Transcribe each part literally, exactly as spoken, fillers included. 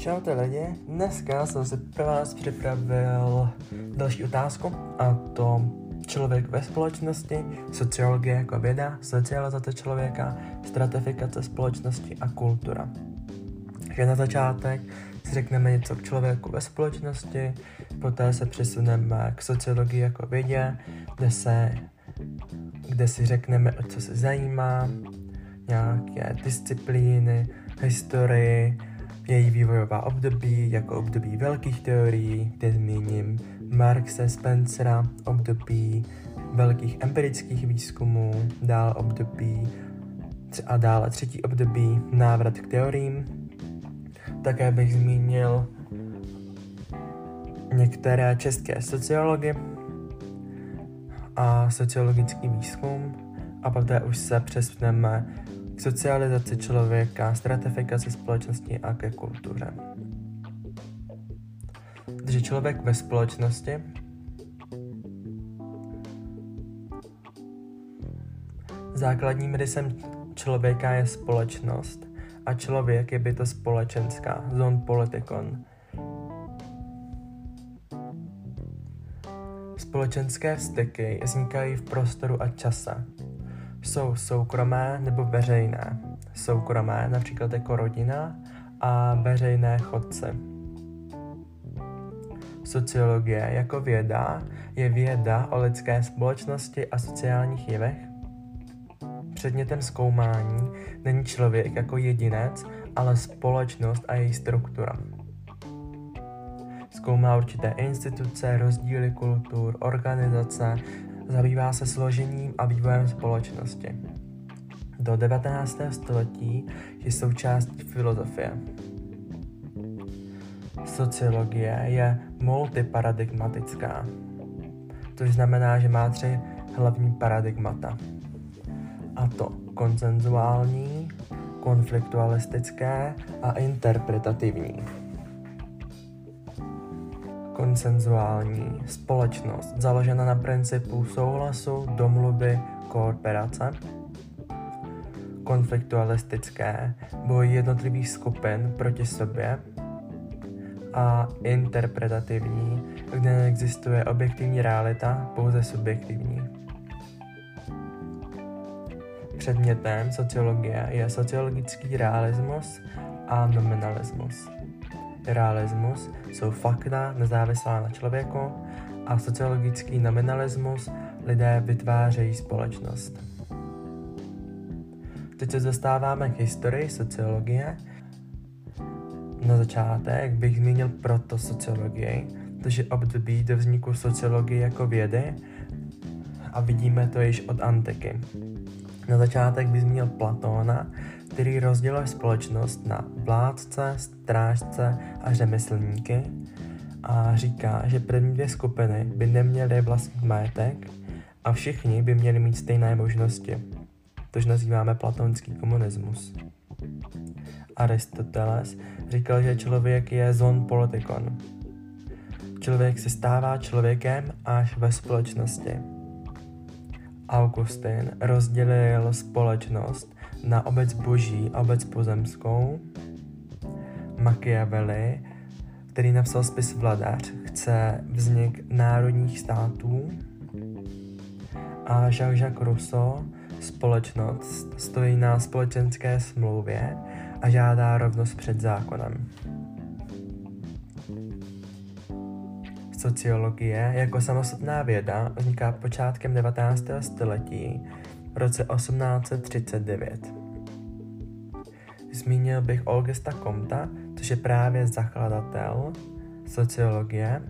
Čaute lidi, dneska jsem si pro vás připravil další otázku, a to člověk ve společnosti, sociologie jako věda, socializace člověka, stratifikace společnosti a kultura. Takže na začátek si řekneme něco k člověku ve společnosti, poté se přesuneme k sociologii jako vědě, kde, se, kde si řekneme, o co se zajímá, nějaké disciplíny, historii, její vývojová období, jako období velkých teorií, kde zmíním Marxe, Spencera, období velkých empirických výzkumů, dál období a dále třetí období návrat k teoriím. Také bych zmínil některé české sociology a sociologický výzkum a poté už se přesuneme k socializaci člověka, stratifikaci společnosti a ke kultuře. Takže člověk ve společnosti základním rysem člověka je společnost a člověk je bytost společenská, zon politikon. Společenské vztahy vznikají v prostoru a čase. Jsou soukromé nebo veřejné. Soukromé například jako rodina a veřejné chodci. Sociologie jako věda je věda o lidské společnosti a sociálních jevech. Předmětem zkoumání není člověk jako jedinec, ale společnost a její struktura. Zkoumá určité instituce, rozdíly kultur, organizace, zabývá se složením a vývojem společnosti. Do devatenáctého století je součástí filozofie. Sociologie je multiparadigmatická, což znamená, že má tři hlavní paradigmata. A to konsenzuální, konfliktualistické a interpretativní. Konsenzuální společnost založena na principu souhlasu, domluvy, kooperace. Konfliktualistické boj jednotlivých skupin proti sobě. A interpretativní, kde neexistuje objektivní realita, pouze subjektivní. Předmětem sociologie je sociologický realismus a nominalismus. Realismus jsou fakta nezávislá na člověku a sociologický nominalismus lidé vytvářejí společnost. Teď se dostáváme k historii sociologie. Na začátek bych zmínil proto sociologii, což je období do vzniku sociologie jako vědy a vidíme to již od antiky. Na začátek bych zmínil Platóna, který rozděluje společnost na vládce, strážce a řemeslníky a říká, že první dvě skupiny by neměly vlastnit majetek a všichni by měli mít stejné možnosti, což nazýváme platonský komunismus. Aristoteles říkal, že člověk je zon politikon. Člověk se stává člověkem až ve společnosti. Augustin rozdělil společnost na obec boží a obec pozemskou. Machiavelli, který napsal spis Vladař, chce vznik národních států. A Jean-Jacques Rousseau, společnost stojí na společenské smlouvě a žádá rovnost před zákonem. Sociologie jako samostatná věda vzniká počátkem devatenáctého století v roce osmnáct set třicet devět. Zmínil bych Augusta Comta, což je právě zakladatel sociologie.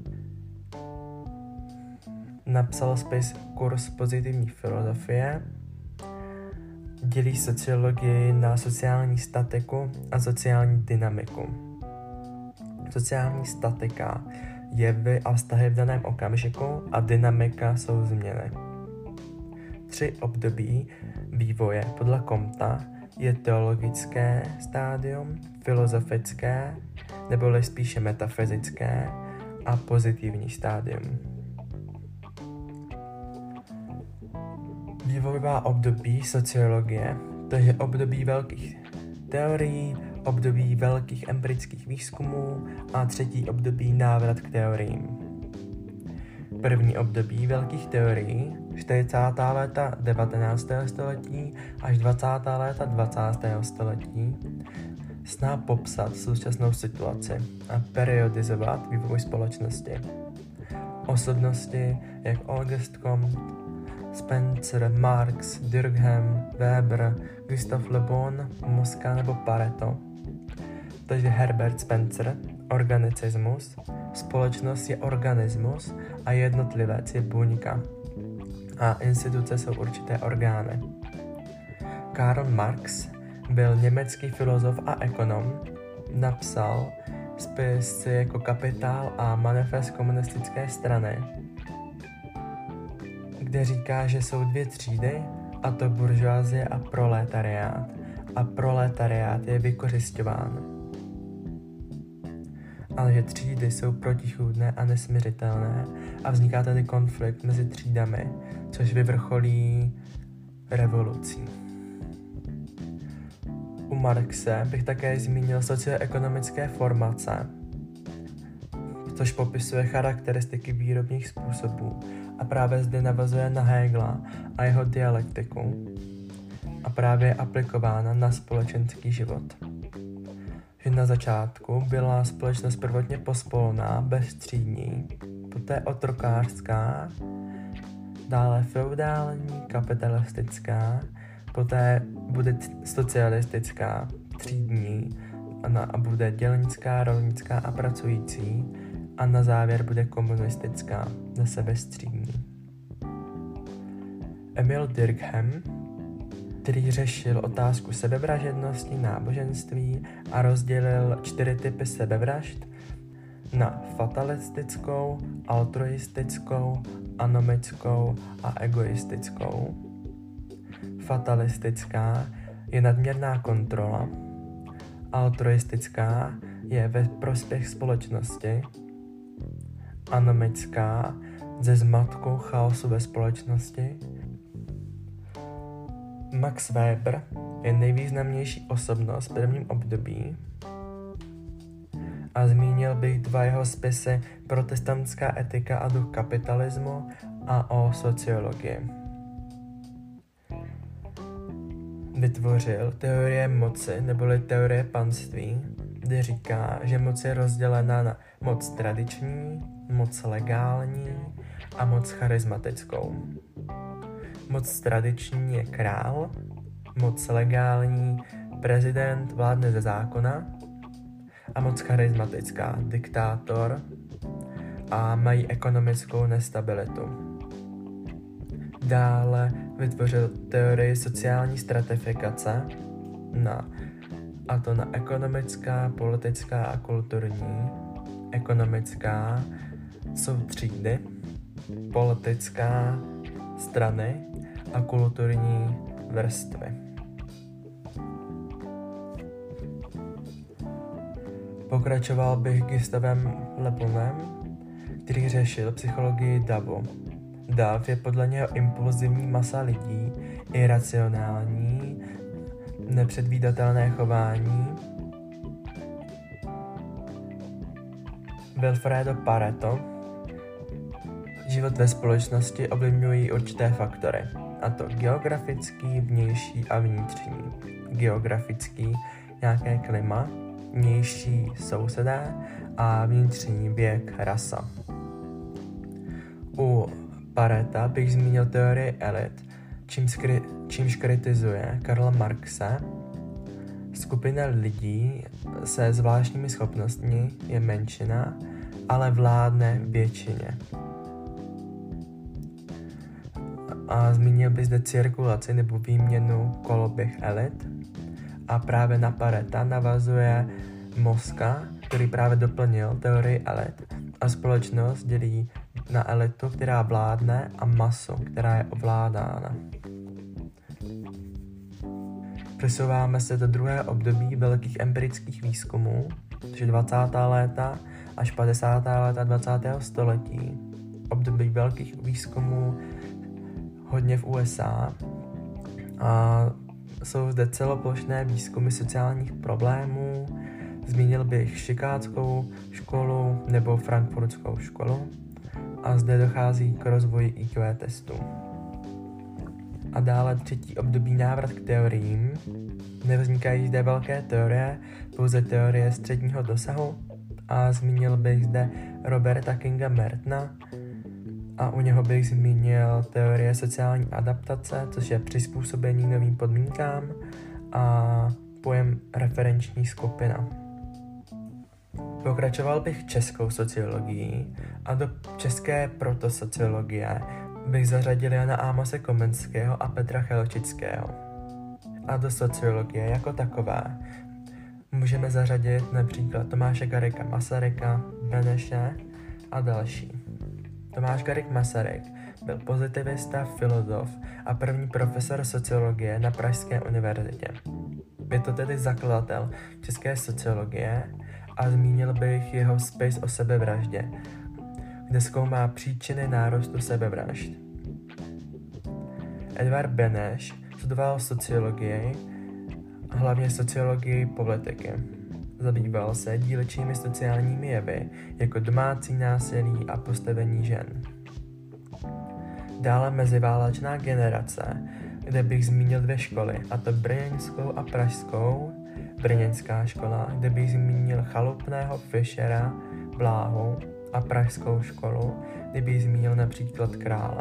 Napsal spis Kurz pozitivní filozofie. Dělí sociologii na sociální statiku a sociální dynamiku. Sociální statika jevy a vztahy v daném okamžiku a dynamika jsou změny. Tři období vývoje podle Comta je teologické stádium, filozofické, neboli spíše metafyzické a pozitivní stádium. Vývojová období sociologie, to je období velkých teorií, období velkých empirických výzkumů a třetí období návrat k teoriím. První období velkých teorií, čtyřicátá léta devatenáctého století až dvacátá léta dvacátého století, sná popsat současnou situaci a periodizovat vývoj společnosti. Osobnosti jak Auguste Comte, Spencer, Marx, Durkheim, Weber, Gustave Le Bon, Mosca nebo Pareto. Takže Herbert Spencer, organicismus, společnost je organismus a jednotlivec je buňka. A instituce jsou určité orgány. Karl Marx byl německý filozof a ekonom, napsal spisy jako Kapitál a Manifest komunistické strany, kde říká, že jsou dvě třídy, a to buržoazie a proletariát. A proletariát je vykořisťován. Ale že třídy jsou protichůdné a nesmiřitelné a vzniká tady konflikt mezi třídami, což vyvrcholí revolucí. U Marxe bych také zmínil socioekonomické formace, což popisuje charakteristiky výrobních způsobů a právě zde navazuje na Hegela a jeho dialektiku a právě je aplikována na společenský život. Že na začátku byla společnost prvotně pospolná, bezstřídní, poté otrokářská, dále feudální, kapitalistická, poté bude socialistická, třídní a bude dělnická, rolnická a pracující a na závěr bude komunistická, zase bezstřídní. Emil Durkheim, který řešil otázku sebevražednosti, náboženství a rozdělil čtyři typy sebevražd na fatalistickou, altruistickou, anomickou a egoistickou. Fatalistická je nadměrná kontrola, altruistická je ve prospěch společnosti, anomická ze zmatku chaosu ve společnosti. Max Weber je nejvýznamnější osobnost v prvním období a zmínil bych dva jeho spisy Protestantská etika a duch kapitalismu a o sociologii. Vytvořil teorie moci neboli teorie panství, kde říká, že moc je rozdělena na moc tradiční, moc legální a moc charismatickou. Moc tradiční je král, moc legální prezident vládne ze zákona a moc charismatická diktátor a mají ekonomickou nestabilitu. Dále vytvořil teorii sociální stratifikace, na, a to na ekonomická, politická a kulturní. Ekonomická jsou třídy, politická strany a kulturní vrstvy. Pokračoval bych Gustavem Le Bonem, který řešil psychologii davu. Dav je podle něho impulzivní masa lidí, iracionální, nepředvídatelné chování. Wilfredo Pareto. Život ve společnosti ovlivňují určité faktory, a to geografický, vnější a vnitřní. Geografický nějaké klima, vnější sousedé a vnitřní věk, rasa. U Pareta bych zmínil teorii elit, čímž, kri- čímž kritizuje Karla Marxe. Skupina lidí se zvláštními schopnostmi je menšina, ale vládne většině. A zmínil bych zde cirkulaci nebo výměnu koloběh elit. A právě na Pareta navazuje Mosca, který právě doplnil teorii elit a společnost dělí na elitu, která vládne, a masu, která je ovládána. Přesouváme se do druhého období velkých empirických výzkumů, což je dvacátá léta až padesátá léta dvacátého století. Období velkých výzkumů hodně v U S A a jsou zde celoplošné výzkumy sociálních problémů. Zmínil bych Chicagskou školu nebo Frankfurtskou školu. A zde dochází k rozvoji í kvé testů. A dále třetí období návrat k teoriím. Nevznikají zde velké teorie, pouze teorie středního dosahu. A zmínil bych zde Roberta Kinga Mertona. A u něho bych zmínil teorie sociální adaptace, což je přizpůsobení novým podmínkám, a pojem referenční skupina. Pokračoval bych českou sociologii a do české protosociologie bych zařadil Jana Amose Komenského a Petra Chelčického. A do sociologie jako takové můžeme zařadit například Tomáše Garrigua Masaryka, Beneše a další. Tomáš Garrigue Masaryk byl pozitivista, filozof a první profesor sociologie na Pražské univerzitě. Je to tedy zakladatel české sociologie a zmínil bych jeho spis o sebevraždě, kde zkoumá příčiny nárůstu sebevražd. Edvard Beneš studoval sociologii, hlavně sociologii politiky. Zabýval se dílčími sociálními jevy, jako domácí násilí a postavení žen. Dále meziválečná generace, kde bych zmínil dvě školy, a to brněnskou a pražskou. Brněnská škola, kde bych zmínil Chalupného, Fischera, Bláhu, a pražskou školu, kde bych zmínil například Krále.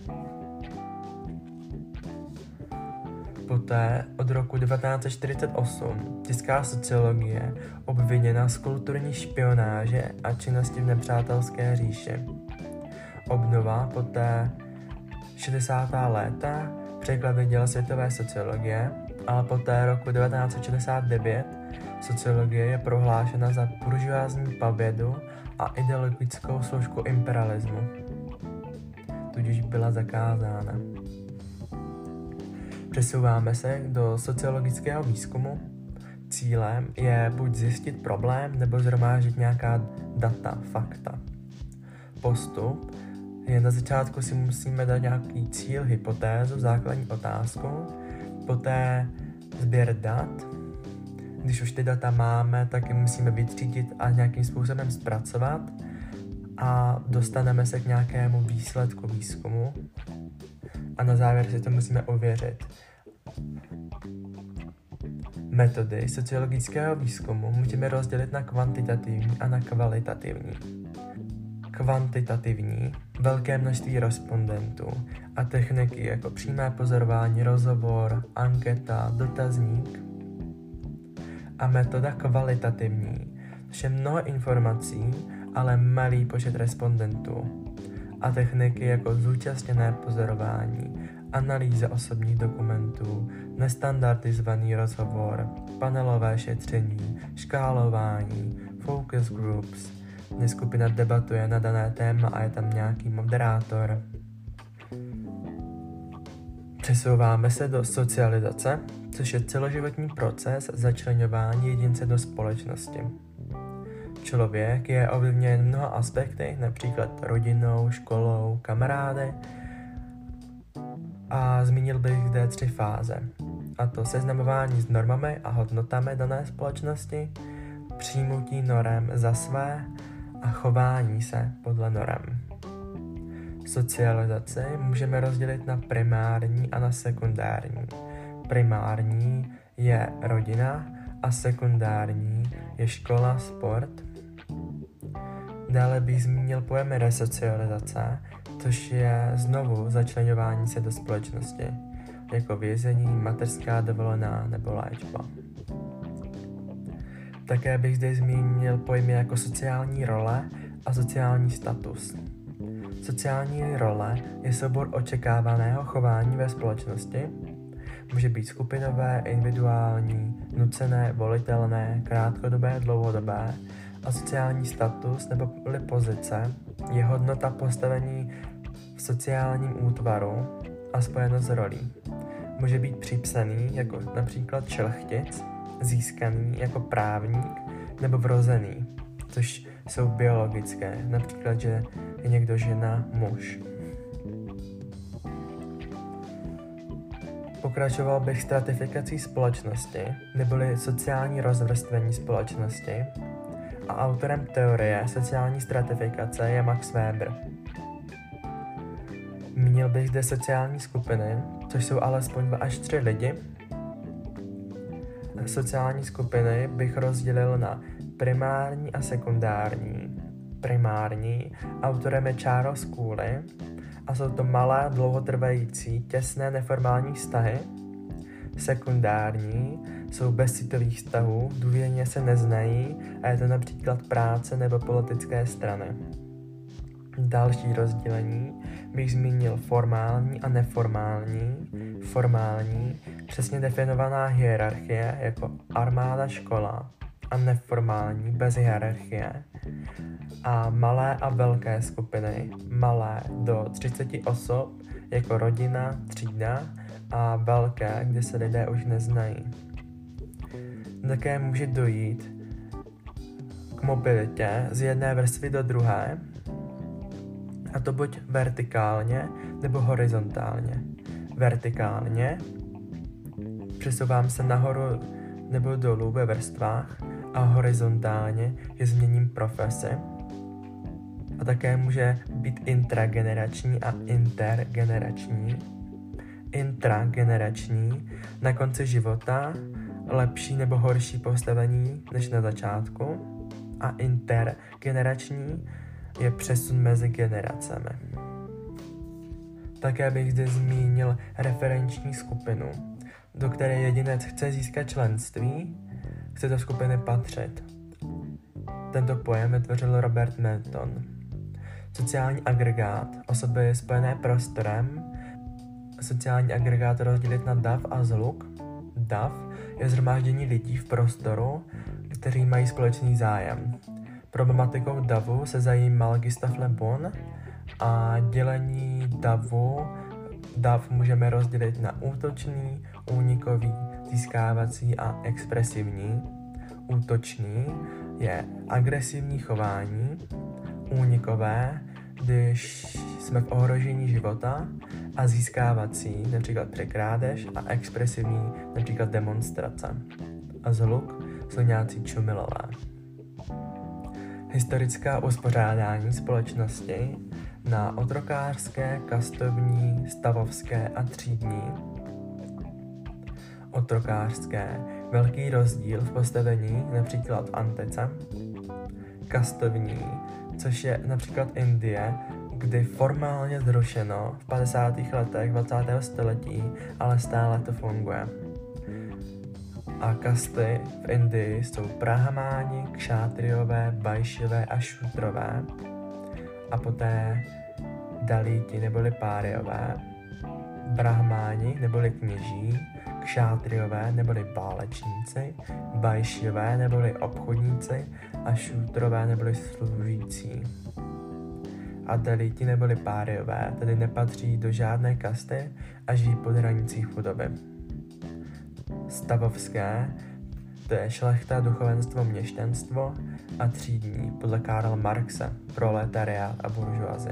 Poté od roku devatenáct set čtyřicet osm česká sociologie obviněna z kulturní špionáže a činnosti v nepřátelské říši. Obnova poté šedesátá léta, překlady děl světové sociologie, ale poté roku devatenáct set šedesát devět sociologie je prohlášena za buržoázní pobědu a ideologickou složku imperialismu. Tudíž byla zakázána. Přesouváme se do sociologického výzkumu. Cílem je buď zjistit problém, nebo shromáždit nějaká data, fakta. Postup je na začátku si musíme dát nějaký cíl, hypotézu, základní otázku, poté sběr dat. Když už ty data máme, tak je musíme vytřídit a nějakým způsobem zpracovat a dostaneme se k nějakému výsledku výzkumu a na závěr si to musíme ověřit. Metody sociologického výzkumu můžeme rozdělit na kvantitativní a na kvalitativní. Kvantitativní, velké množství respondentů a techniky jako přímé pozorování, rozhovor, anketa, dotazník. A metoda kvalitativní, což je mnoho informací, ale malý počet respondentů. A techniky jako zúčastněné pozorování, analýza osobních dokumentů, nestandardizovaný rozhovor, panelové šetření, škálování, focus groups, kdy skupina debatuje na dané téma a je tam nějaký moderátor. Přesouváme se do socializace, což je celoživotní proces začleňování jedince do společnosti. Člověk je ovlivněn mnoha aspekty, například rodinou, školou, kamarády, a zmínil bych zde tři fáze. A to seznamování s normami a hodnotami dané společnosti, přijmutí norem za své a chování se podle norem. Socializaci můžeme rozdělit na primární a na sekundární. Primární je rodina a sekundární je škola, sport. Dále bych zmínil pojem resocializace, což je znovu začleňování se do společnosti, jako vězení, mateřská dovolená nebo léčba. Také bych zde zmínil pojmy jako sociální role a sociální status. Sociální role je soubor očekávaného chování ve společnosti. Může být skupinové, individuální, nucené, volitelné, krátkodobé, dlouhodobé, a sociální status nebo pozice je hodnota postavení v sociálním útvaru a spojeno s rolí. Může být připsaný jako například šlechtic, získaný jako právník nebo vrozený, což jsou biologické, například, že je někdo žena, muž. Pokračoval bych stratifikací společnosti, neboli sociální rozvrstvení společnosti, a autorem teorie sociální stratifikace je Max Weber. Mínil bych zde sociální skupiny, což jsou alespoň dva až tři lidi. Sociální skupiny bych rozdělil na primární a sekundární. Primární autorem je Charles Cooley a jsou to malé, dlouhotrvající, těsné, neformální vztahy. Sekundární jsou bez citových vztahů, důvěrně se neznají a je to například práce nebo politické strany. Další rozdělení bych zmínil formální a neformální. Formální, přesně definovaná hierarchie jako armáda, škola, a neformální, bez hierarchie. A malé a velké skupiny, malé do třicet osob jako rodina, třída, a velké, kde se lidé už neznají. Také může dojít k mobilitě z jedné vrstvy do druhé, a to buď vertikálně nebo horizontálně. Vertikálně přesouvám se nahoru nebo dolů ve vrstvách a horizontálně je změním profesi. A také může být intragenerační a intergenerační. Intragenerační na konci života lepší nebo horší postavení než na začátku a intergenerační je přesun mezi generacemi. Také bych zde zmínil referenční skupinu, do které jedinec chce získat členství, chce do skupiny patřit. Tento pojem vytvořil Robert Merton. Sociální agregát osoby spojené prostorem. Sociální agregát rozdělit na dav a zhluk. Dav je shromáždění lidí v prostoru, kteří mají společný zájem. Problematikou davu se zajímal Gustav Le Bon a dělení davu dav můžeme rozdělit na útočný, únikový, získávací a expresivní. Útočný je agresivní chování, únikové, když jsme v ohrožení života, a získávací, například překrádež, a expresivní, například demonstrace. A zhluk jsou nějací čumilové. Historická uspořádání společnosti na otrokářské, kastovní, stavovské a třídní. Otrokářské, velký rozdíl v postavení, například v antice. Kastovní, což je například Indie, kdy formálně zrušeno v padesátých letech dvacátého století, ale stále to funguje. A kasty v Indii jsou brahmáni, kšátriové, vajšové a šutrové, a poté dalíti neboli páriové, brahmáni neboli kněží, kšátriové neboli válečníci, vajšové neboli obchodníci a šutrové neboli služící. A dalíti neboli páriové tedy nepatří do žádné kasty a žijí pod hranicí chudoby. Stavovské, to je šlechta, duchovenstvo, měšťanstvo, a třídní podle Karla Marxe, proletariát a buržoazie.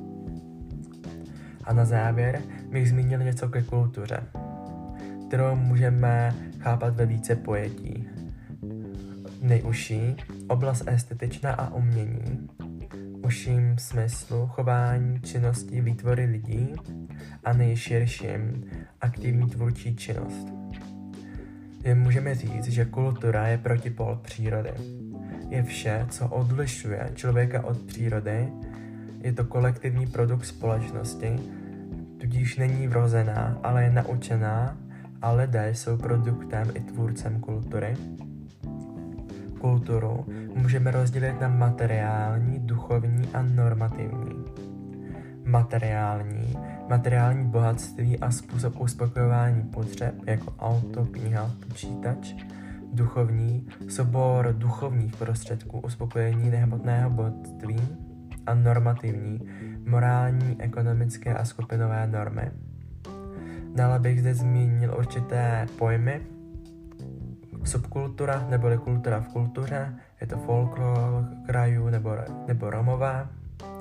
A na závěr bych zmínil něco ke kultuře, kterou můžeme chápat ve více pojetí. Nejužší oblast estetičná a umění, užším smyslu chování, činnosti, výtvory lidí, a nejširším aktivní tvůrčí činnost. Jen můžeme říct, že kultura je protipól přírody. Je vše, co odlišuje člověka od přírody, je to kolektivní produkt společnosti, tudíž není vrozená, ale je naučená, a lidé jsou produktem i tvůrcem kultury. Kulturu můžeme rozdělit na materiální, duchovní a normativní. Materiální, materiální bohatství a způsob uspokojování potřeb, jako auto, kniha, počítač. Duchovní, soubor duchovních prostředků uspokojení nehmotného bohatství. A normativní, morální, ekonomické a skupinové normy. Dále bych zde zmínil určité pojmy. Subkultura neboli kultura v kultuře, je to folklor krajů nebo, nebo romové.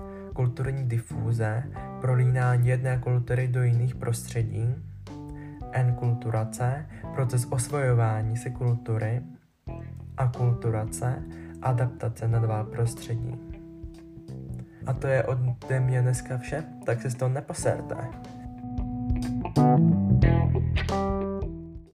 Kulturní difuze, prolínání jedné kultury do jiných prostředí. enkulturace, proces osvojování si kultury, akulturace, adaptace na nová prostředí. A to je ode mě dneska vše, tak se z toho neposerte.